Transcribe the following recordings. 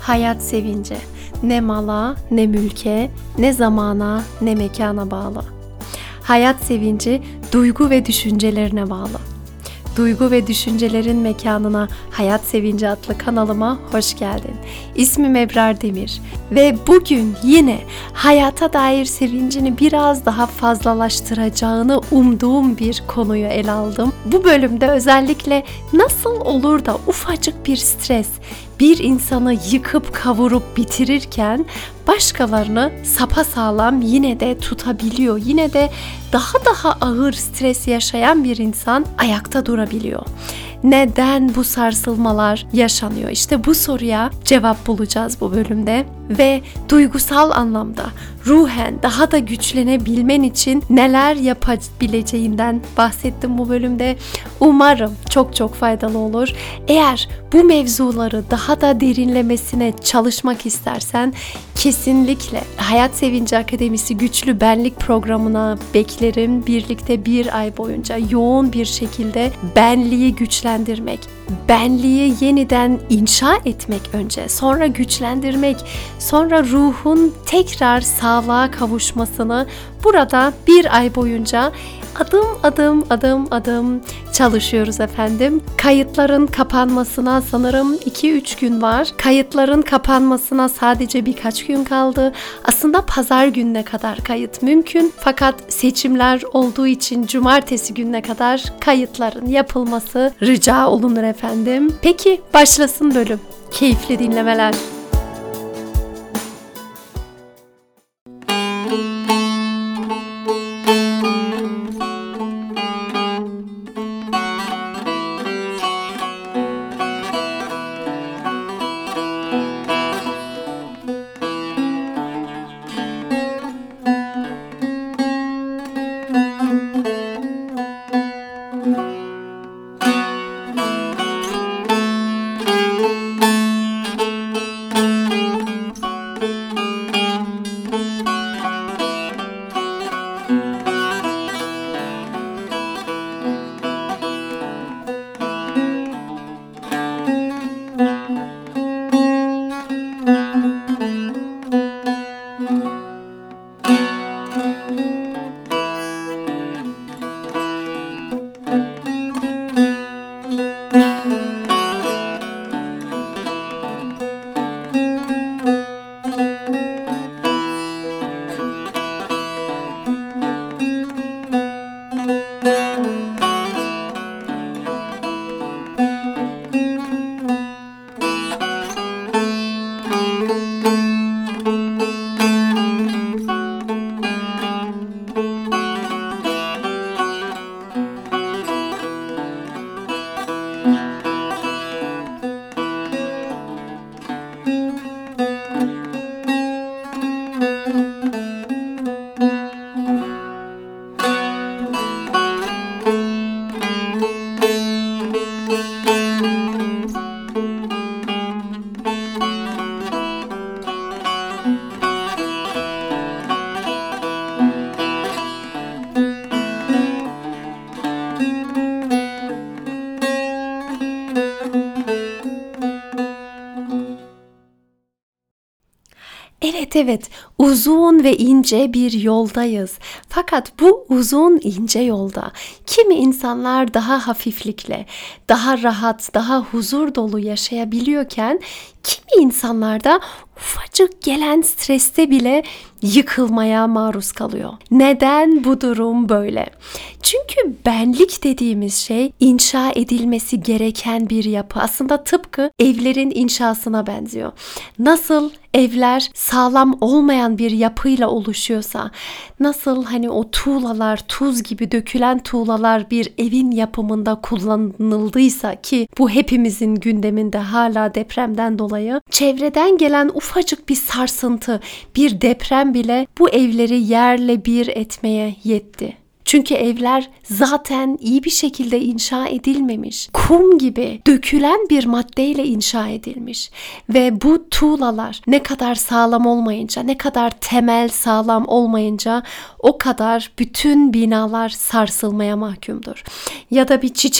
Hayat sevinci ne mala, ne mülke, ne zamana, ne mekana bağlı. Hayat sevinci duygu ve düşüncelerine bağlı. Duygu ve düşüncelerin mekanına Hayat Sevinci adlı kanalıma hoş geldin. İsmim Ebrar Demir ve bugün yine hayata dair sevincini biraz daha fazlalaştıracağını umduğum bir konuyu ele aldım. Bu bölümde özellikle nasıl olur da ufacık bir stres bir insanı yıkıp kavurup bitirirken başkalarını sapasağlam yine de tutabiliyor. Yine de daha ağır stres yaşayan bir insan ayakta durabiliyor. Neden bu sarsılmalar yaşanıyor? İşte bu soruya cevap bulacağız bu bölümde ve duygusal anlamda, ruhen daha da güçlenebilmen için neler yapabileceğinden bahsettim bu bölümde. Umarım çok faydalı olur. Eğer bu mevzuları daha da derinlemesine çalışmak istersen kesinlikle Hayat Sevinci Akademisi Güçlü Benlik programına beklerim. Birlikte bir ay boyunca yoğun bir şekilde benliği güçlendirmek, benliği yeniden inşa etmek önce, sonra güçlendirmek, sonra ruhun tekrar sağlığa kavuşmasını burada bir ay boyunca adım çalışıyoruz efendim. Kayıtların kapanmasına sanırım 2-3 gün var. Kayıtların kapanmasına sadece birkaç gün kaldı. Aslında pazar gününe kadar kayıt mümkün. Fakat seçimler olduğu için cumartesi gününe kadar kayıtların yapılması rica olunur efendim. Peki başlasın bölüm. Keyifli dinlemeler. Evet, uzun ve ince bir yoldayız. Fakat bu uzun ince yolda kimi insanlar daha hafiflikle, daha rahat, daha huzur dolu yaşayabiliyorken kimi insanlar da ufacık gelen streste bile yıkılmaya maruz kalıyor. Neden bu durum böyle? Çünkü benlik dediğimiz şey inşa edilmesi gereken bir yapı. Aslında tıpkı evlerin inşasına benziyor. Nasıl evler sağlam olmayan bir yapıyla oluşuyorsa, nasıl o tuğlalar, tuz gibi dökülen tuğlalar bir evin yapımında kullanıldıysa ki bu hepimizin gündeminde hala depremden dolayı, çevreden gelen ufacık bir sarsıntı, bir deprem bile bu evleri yerle bir etmeye yetti. Çünkü evler zaten iyi bir şekilde inşa edilmemiş. Kum gibi dökülen bir maddeyle inşa edilmiş. Ve bu tuğlalar ne kadar sağlam olmayınca, ne kadar temel sağlam olmayınca o kadar bütün binalar sarsılmaya mahkumdur. Ya da bir çiçek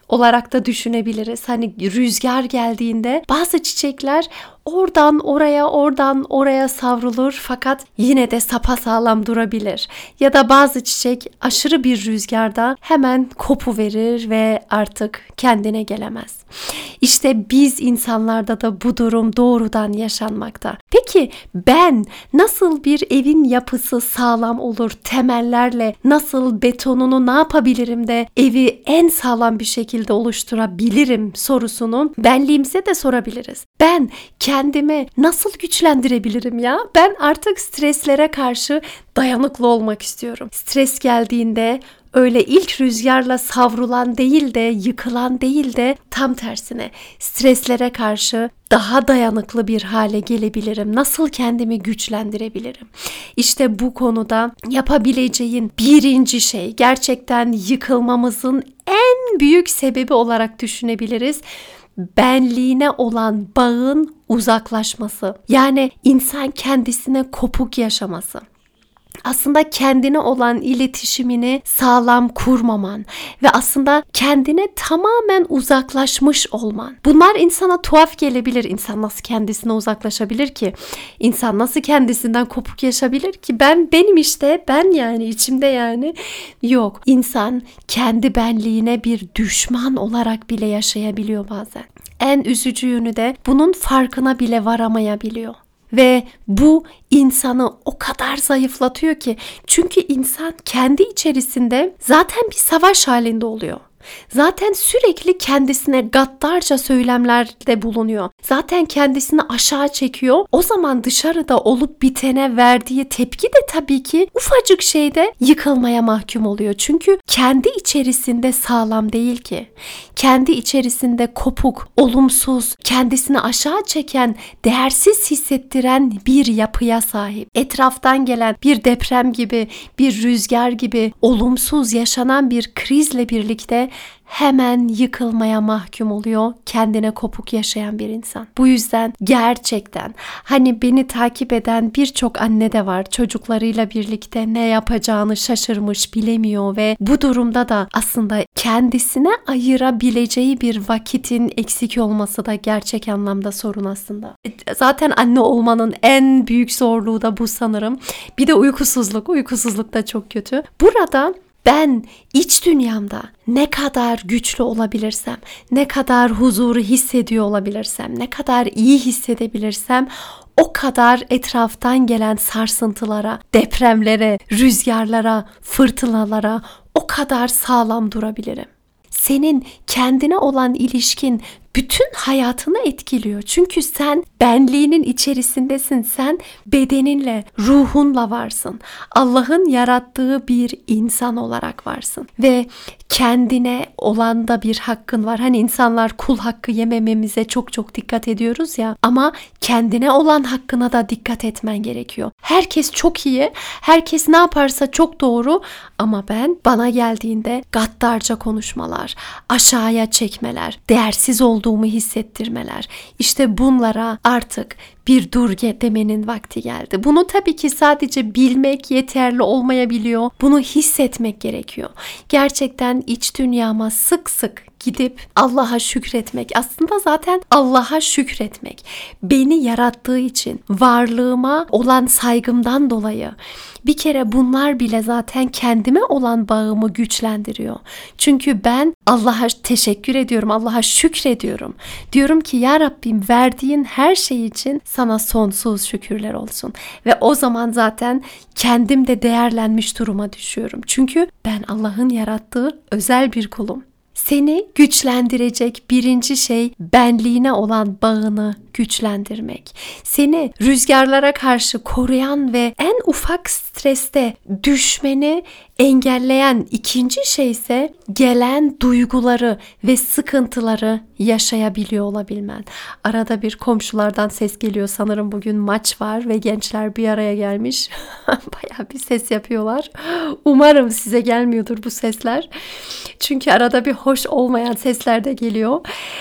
olarak da düşünebiliriz. Hani rüzgar geldiğinde bazı çiçekler oradan oraya, oradan oraya savrulur fakat yine de sapasağlam durabilir. Ya da bazı çiçek aşırı bir rüzgarda hemen kopuverir ve artık kendine gelemez. İşte biz insanlarda da bu durum doğrudan yaşanmakta. Peki ben nasıl bir evin yapısı sağlam olur, temellerle nasıl betonunu ne yapabilirim de evi en sağlam bir şekilde oluşturabilirim sorusunu benliğimize de sorabiliriz. Ben kendimi nasıl güçlendirebilirim ya? Ben artık streslere karşı dayanıklı olmak istiyorum. Stres geldiğinde öyle ilk rüzgarla savrulan değil de yıkılan değil de tam tersine streslere karşı daha dayanıklı bir hale gelebilirim. Nasıl kendimi güçlendirebilirim? İşte bu konuda yapabileceğin birinci şey gerçekten yıkılmamızın en büyük sebebi olarak düşünebiliriz. Benliğine olan bağın uzaklaşması. Yani insan kendisine kopuk yaşaması. Aslında kendine olan iletişimini sağlam kurmaman ve aslında kendine tamamen uzaklaşmış olman. Bunlar insana tuhaf gelebilir. İnsan nasıl kendisine uzaklaşabilir ki? İnsan nasıl kendisinden kopuk yaşayabilir ki? Benim işte, ben yani içimde yani. Yok. İnsan kendi benliğine bir düşman olarak bile yaşayabiliyor bazen. En üzücü yönü de bunun farkına bile varamayabiliyor. Ve bu insanı o kadar zayıflatıyor ki çünkü insan kendi içerisinde zaten bir savaş halinde oluyor. Zaten sürekli kendisine gaddarca söylemlerde bulunuyor. Zaten kendisini aşağı çekiyor. O zaman dışarıda olup bitene verdiği tepki de tabii ki ufacık şeyde yıkılmaya mahkum oluyor. Çünkü kendi içerisinde sağlam değil ki. Kendi içerisinde kopuk, olumsuz, kendisini aşağı çeken, değersiz hissettiren bir yapıya sahip. Etraftan gelen bir deprem gibi, bir rüzgar gibi olumsuz yaşanan bir krizle birlikte hemen yıkılmaya mahkum oluyor kendine kopuk yaşayan bir insan. Bu yüzden gerçekten hani beni takip eden birçok anne de var. Çocuklarıyla birlikte ne yapacağını şaşırmış, bilemiyor ve bu durumda da aslında kendisine ayırabileceği bir vakitin eksik olması da gerçek anlamda sorun aslında. Zaten anne olmanın en büyük zorluğu da bu sanırım. Bir de uykusuzluk. Uykusuzluk da çok kötü. Burada ben iç dünyamda ne kadar güçlü olabilirsem, ne kadar huzuru hissediyor olabilirsem, ne kadar iyi hissedebilirsem o kadar etraftan gelen sarsıntılara, depremlere, rüzgarlara, fırtınalara o kadar sağlam durabilirim. Senin kendine olan ilişkin bütün hayatını etkiliyor. Çünkü sen benliğinin içerisindesin. Sen bedeninle, ruhunla varsın. Allah'ın yarattığı bir insan olarak varsın. Ve kendine olan da bir hakkın var. Hani insanlar kul hakkı yemememize çok dikkat ediyoruz ya. Ama kendine olan hakkına da dikkat etmen gerekiyor. Herkes çok iyi. Herkes ne yaparsa çok doğru. Ama bana geldiğinde gaddarca konuşmalar, aşağıya çekmeler, değersiz olduğumu hissettirmeler. İşte bunlara artık bir dur demenin vakti geldi. Bunu tabii ki sadece bilmek yeterli olmayabiliyor. Bunu hissetmek gerekiyor. Gerçekten iç dünyama sık sık gidip Allah'a şükretmek. Aslında zaten Allah'a şükretmek. Beni yarattığı için, varlığıma olan saygımdan dolayı bir kere bunlar bile zaten kendime olan bağımı güçlendiriyor. Çünkü ben Allah'a teşekkür ediyorum, Allah'a şükrediyorum. Diyorum ki ya Rabbim verdiğin her şey için sana sonsuz şükürler olsun. Ve o zaman zaten kendim de değerlenmiş duruma düşüyorum. Çünkü ben Allah'ın yarattığı özel bir kulum. Seni güçlendirecek birinci şey benliğine olan bağını güçlendirmek. Seni rüzgarlara karşı koruyan ve en ufak streste düşmeni engelleyen ikinci şey ise gelen duyguları ve sıkıntıları yaşayabiliyor olabilmen. Arada bir komşulardan ses geliyor. Sanırım bugün maç var ve gençler bir araya gelmiş. Bayağı bir ses yapıyorlar. Umarım size gelmiyordur bu sesler. Çünkü arada bir hoş olmayan sesler de geliyor.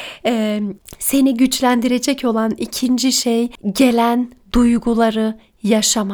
Seni güçlendirecek olan ikinci şey gelen duyguları yaşaman.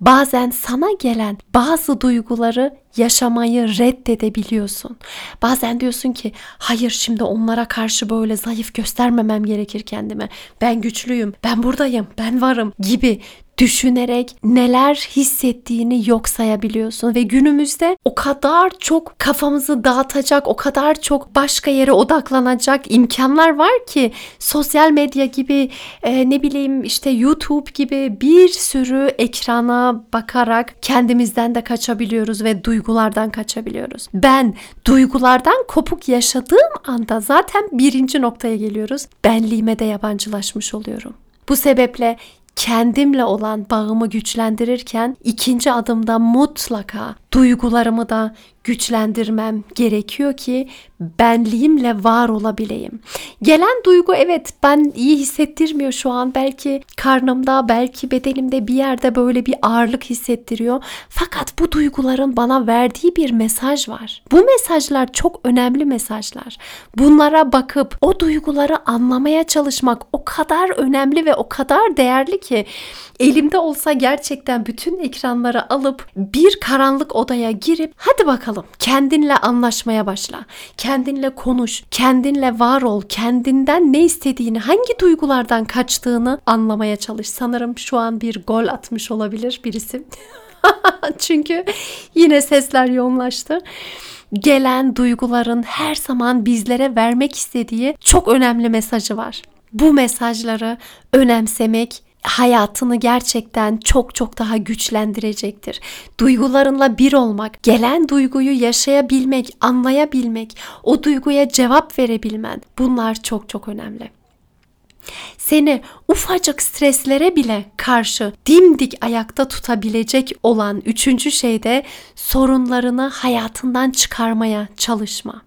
Bazen sana gelen bazı duyguları yaşamayı reddedebiliyorsun. Bazen diyorsun ki hayır, şimdi onlara karşı böyle zayıf göstermemem gerekir kendime. Ben güçlüyüm, ben buradayım, ben varım gibi düşünerek neler hissettiğini yok sayabiliyorsun ve günümüzde o kadar çok kafamızı dağıtacak, o kadar çok başka yere odaklanacak imkanlar var ki sosyal medya gibi, işte YouTube gibi bir sürü ekrana bakarak kendimizden de kaçabiliyoruz ve duygulardan kaçabiliyoruz. Ben duygulardan kopuk yaşadığım anda zaten birinci noktaya geliyoruz. Benliğime de yabancılaşmış oluyorum. Bu sebeple kendimle olan bağımı güçlendirirken ikinci adımda mutlaka duygularımı da güçlendirmem gerekiyor ki benliğimle var olabileyim. Gelen duygu evet ben iyi hissettirmiyor şu an. Belki karnımda, belki bedenimde bir yerde böyle bir ağırlık hissettiriyor. Fakat bu duyguların bana verdiği bir mesaj var. Bu mesajlar çok önemli mesajlar. Bunlara bakıp o duyguları anlamaya çalışmak o kadar önemli ve o kadar değerli ki elimde olsa gerçekten bütün ekranları alıp bir karanlık odaya girip hadi bakalım kendinle anlaşmaya başla. Kendinle konuş, kendinle var ol, kendinden ne istediğini, hangi duygulardan kaçtığını anlamaya çalış. Sanırım şu an bir gol atmış olabilir birisi. Çünkü yine sesler yoğunlaştı. Gelen duyguların her zaman bizlere vermek istediği çok önemli mesajı var. Bu mesajları önemsemek hayatını gerçekten çok çok daha güçlendirecektir. Duygularınla bir olmak, gelen duyguyu yaşayabilmek, anlayabilmek, o duyguya cevap verebilmen, bunlar çok çok önemli. Seni ufacık streslere bile karşı dimdik ayakta tutabilecek olan üçüncü şey de sorunlarını hayatından çıkarmaya çalışma.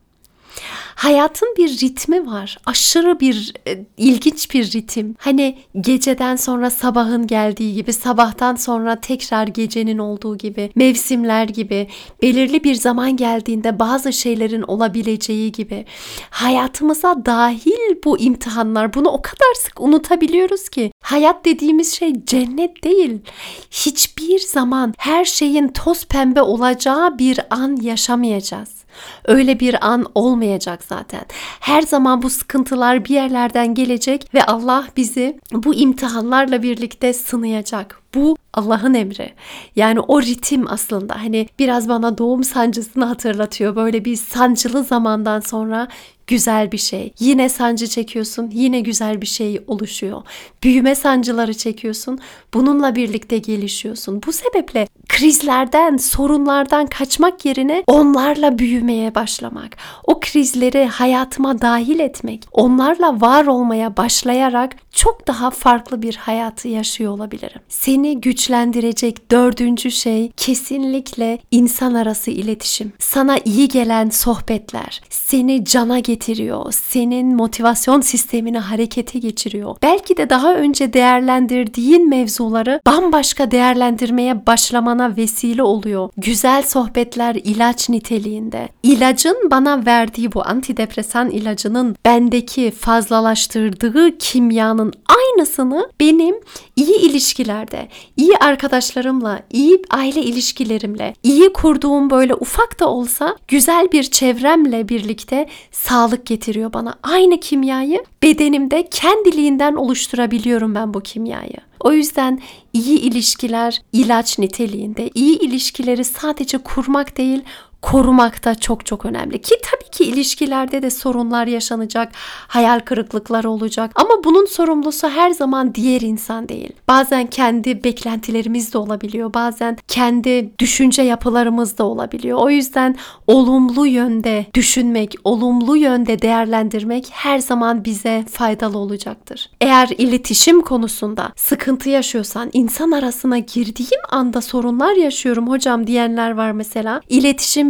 Hayatın bir ritmi var. Aşırı bir ilginç bir ritim. Hani geceden sonra sabahın geldiği gibi, sabahtan sonra tekrar gecenin olduğu gibi, mevsimler gibi, belirli bir zaman geldiğinde bazı şeylerin olabileceği gibi. Hayatımıza dahil bu imtihanlar. Bunu o kadar sık unutabiliyoruz ki. Hayat dediğimiz şey cennet değil. Hiçbir zaman her şeyin toz pembe olacağı bir an yaşamayacağız. Öyle bir an olmayacak zaten. Her zaman bu sıkıntılar bir yerlerden gelecek ve Allah bizi bu imtihanlarla birlikte sınayacak. Bu Allah'ın emri. Yani o ritim aslında hani biraz bana doğum sancısını hatırlatıyor. Böyle bir sancılı zamandan sonra güzel bir şey. Yine sancı çekiyorsun, yine güzel bir şey oluşuyor. Büyüme sancıları çekiyorsun, bununla birlikte gelişiyorsun. Bu sebeple krizlerden, sorunlardan kaçmak yerine onlarla büyümeye başlamak, o krizleri hayatıma dahil etmek, onlarla var olmaya başlayarak çok daha farklı bir hayatı yaşıyor olabilirim. Seni güçlendirecek dördüncü şey kesinlikle insan arası iletişim. Sana iyi gelen sohbetler, seni cana getiriyor, senin motivasyon sistemini harekete geçiriyor. Belki de daha önce değerlendirdiğin mevzuları bambaşka değerlendirmeye başlamana vesile oluyor. Güzel sohbetler ilaç niteliğinde. İlacın bana verdiği, bu antidepresan ilacının bendeki fazlalaştırdığı kimyanın aynısını benim iyi ilişkilerde, iyi arkadaşlarımla, iyi aile ilişkilerimle, iyi kurduğum böyle ufak da olsa güzel bir çevremle birlikte sağlık getiriyor bana. Aynı kimyayı bedenimde kendiliğinden oluşturabiliyorum ben bu kimyayı. O yüzden iyi ilişkiler ilaç niteliğinde. İyi ilişkileri sadece kurmak değil, korumak da çok çok önemli. Ki tabii ki ilişkilerde de sorunlar yaşanacak, hayal kırıklıkları olacak. Ama bunun sorumlusu her zaman diğer insan değil. Bazen kendi beklentilerimiz de olabiliyor. Bazen kendi düşünce yapılarımız da olabiliyor. O yüzden olumlu yönde düşünmek, olumlu yönde değerlendirmek her zaman bize faydalı olacaktır. Eğer iletişim konusunda sıkıntı yaşıyorsan, insan arasına girdiğim anda sorunlar yaşıyorum hocam diyenler var mesela. İletişim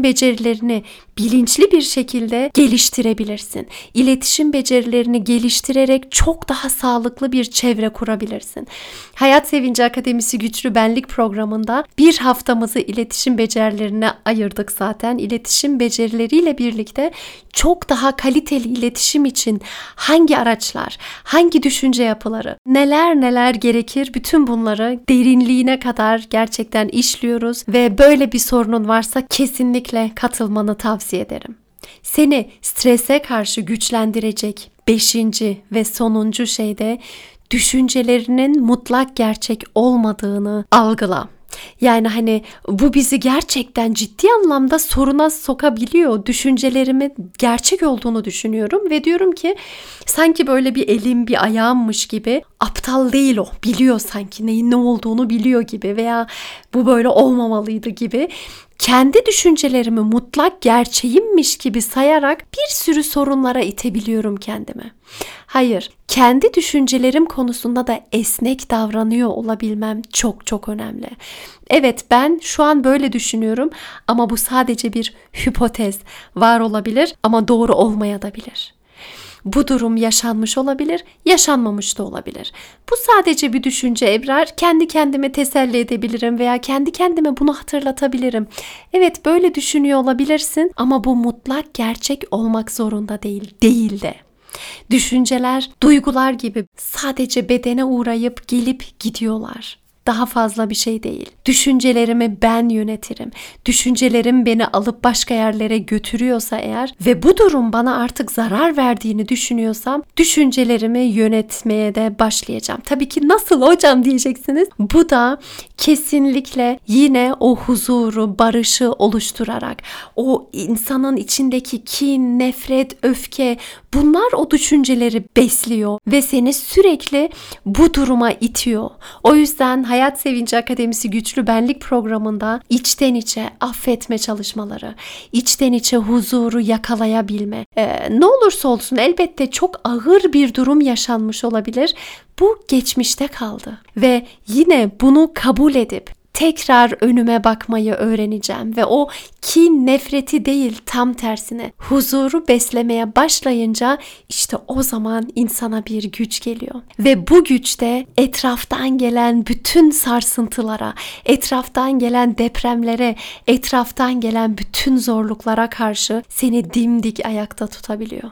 becerilerini bilinçli bir şekilde geliştirebilirsin. İletişim becerilerini geliştirerek çok daha sağlıklı bir çevre kurabilirsin. Hayat Sevinci Akademisi Güçlü Benlik programında bir haftamızı iletişim becerilerine ayırdık zaten. İletişim becerileriyle birlikte çok daha kaliteli iletişim için hangi araçlar, hangi düşünce yapıları, neler gerekir, bütün bunları derinliğine kadar gerçekten işliyoruz ve böyle bir sorunun varsa kesinlikle katılmanı tavsiye ederim. Seni strese karşı güçlendirecek 5. ve sonuncu şey de düşüncelerinin mutlak gerçek olmadığını algıla. Yani bu bizi gerçekten ciddi anlamda soruna sokabiliyor. Düşüncelerimin gerçek olduğunu düşünüyorum ve diyorum ki sanki böyle bir elim bir ayağımmış gibi, aptal değil o, biliyor sanki neyin ne olduğunu biliyor gibi veya bu böyle olmamalıydı gibi. Kendi düşüncelerimi mutlak gerçeğimmiş gibi sayarak bir sürü sorunlara itebiliyorum kendimi. Hayır, kendi düşüncelerim konusunda da esnek davranıyor olabilmem çok önemli. Evet, ben şu an böyle düşünüyorum ama bu sadece bir hipotez, var olabilir ama doğru olmayabilir. Bu durum yaşanmış olabilir, yaşanmamış da olabilir. Bu sadece bir düşünce Ebrar. Kendi kendime teselli edebilirim veya kendi kendime bunu hatırlatabilirim. Evet, böyle düşünüyor olabilirsin ama bu mutlak gerçek olmak zorunda değil de. Düşünceler, duygular gibi sadece bedene uğrayıp gelip gidiyorlar. Daha fazla bir şey değil. Düşüncelerimi ben yönetirim. Düşüncelerim beni alıp başka yerlere götürüyorsa eğer ve bu durum bana artık zarar verdiğini düşünüyorsam düşüncelerimi yönetmeye de başlayacağım. Tabii ki nasıl hocam diyeceksiniz. Bu da kesinlikle yine o huzuru, barışı oluşturarak, o insanın içindeki kin, nefret, öfke, bunlar o düşünceleri besliyor ve seni sürekli bu duruma itiyor. O yüzden Hayat Sevinci Akademisi Güçlü Benlik programında içten içe affetme çalışmaları, içten içe huzuru yakalayabilme. Ne olursa olsun elbette çok ağır bir durum yaşanmış olabilir. Bu geçmişte kaldı ve yine bunu kabul edip tekrar önüme bakmayı öğreneceğim ve o kin, nefreti değil, tam tersine huzuru beslemeye başlayınca işte o zaman insana bir güç geliyor. Ve bu güçte etraftan gelen bütün sarsıntılara, etraftan gelen depremlere, etraftan gelen bütün zorluklara karşı seni dimdik ayakta tutabiliyor.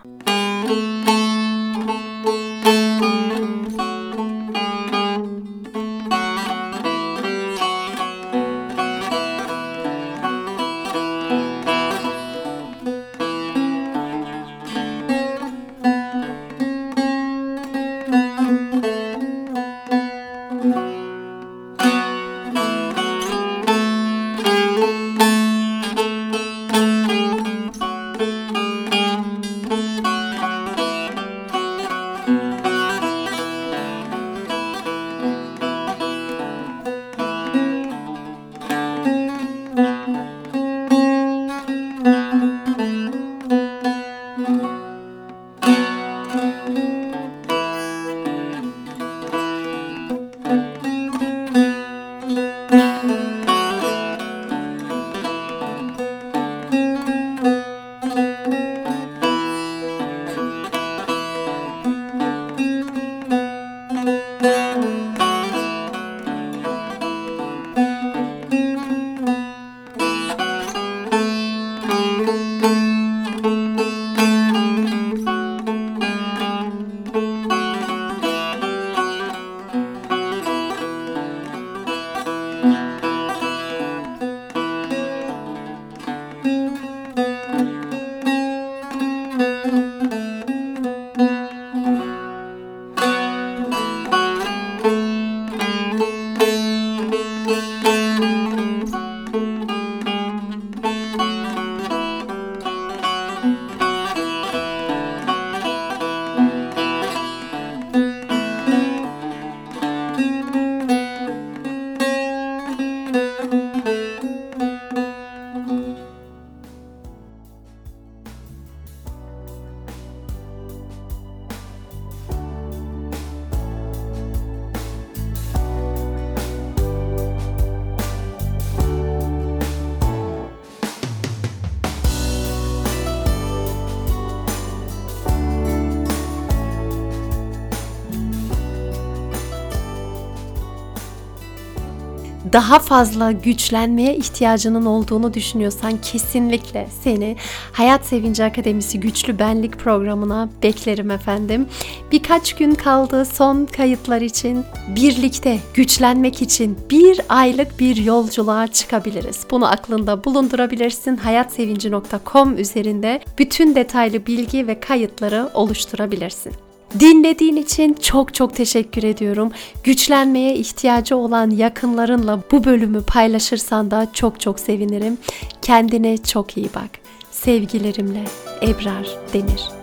daha fazla güçlenmeye ihtiyacının olduğunu düşünüyorsan kesinlikle seni Hayat Sevinci Akademisi Güçlü Benlik programına beklerim efendim. Birkaç gün kaldı son kayıtlar için. Birlikte güçlenmek için 1 aylık bir yolculuğa çıkabiliriz. Bunu aklında bulundurabilirsin. hayatsevinci.com üzerinde bütün detaylı bilgi ve kayıtları oluşturabilirsin. Dinlediğin için çok çok teşekkür ediyorum. Güçlenmeye ihtiyacı olan yakınlarınla bu bölümü paylaşırsan da çok çok sevinirim. Kendine çok iyi bak. Sevgilerimle Ebrar Demir.